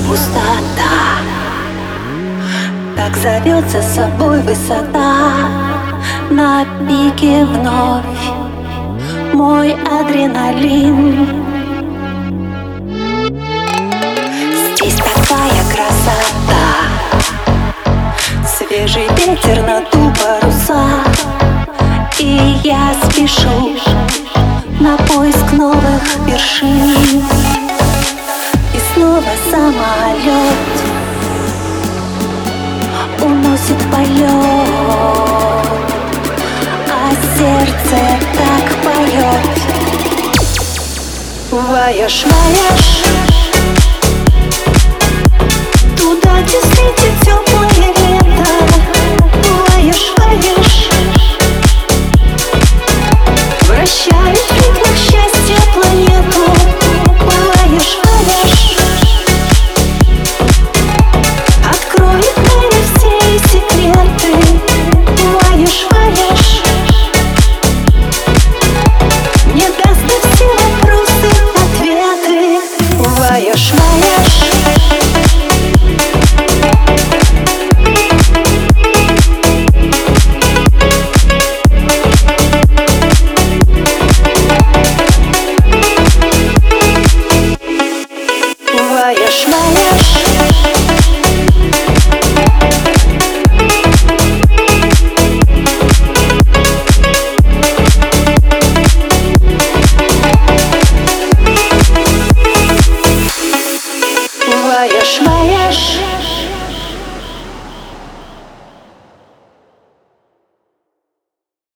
пустота. Так зовет за собой высота. На пике вновь мой адреналин. Здесь такая красота. Свежий ветер надул паруса, и я спешу на поиск новых вершин. И снова самолет уносит полет, а сердце так поет. Воешь, воешь туда, где светит теплое лето. Воешь, воешь, вращает в ритмах счастья планету. Воешь, воешь, откроет мне все секреты. Воешь, воешь, мне даст на все вопросы ответы. Воешь, воешь, воешь, воешь, воешь, воешь.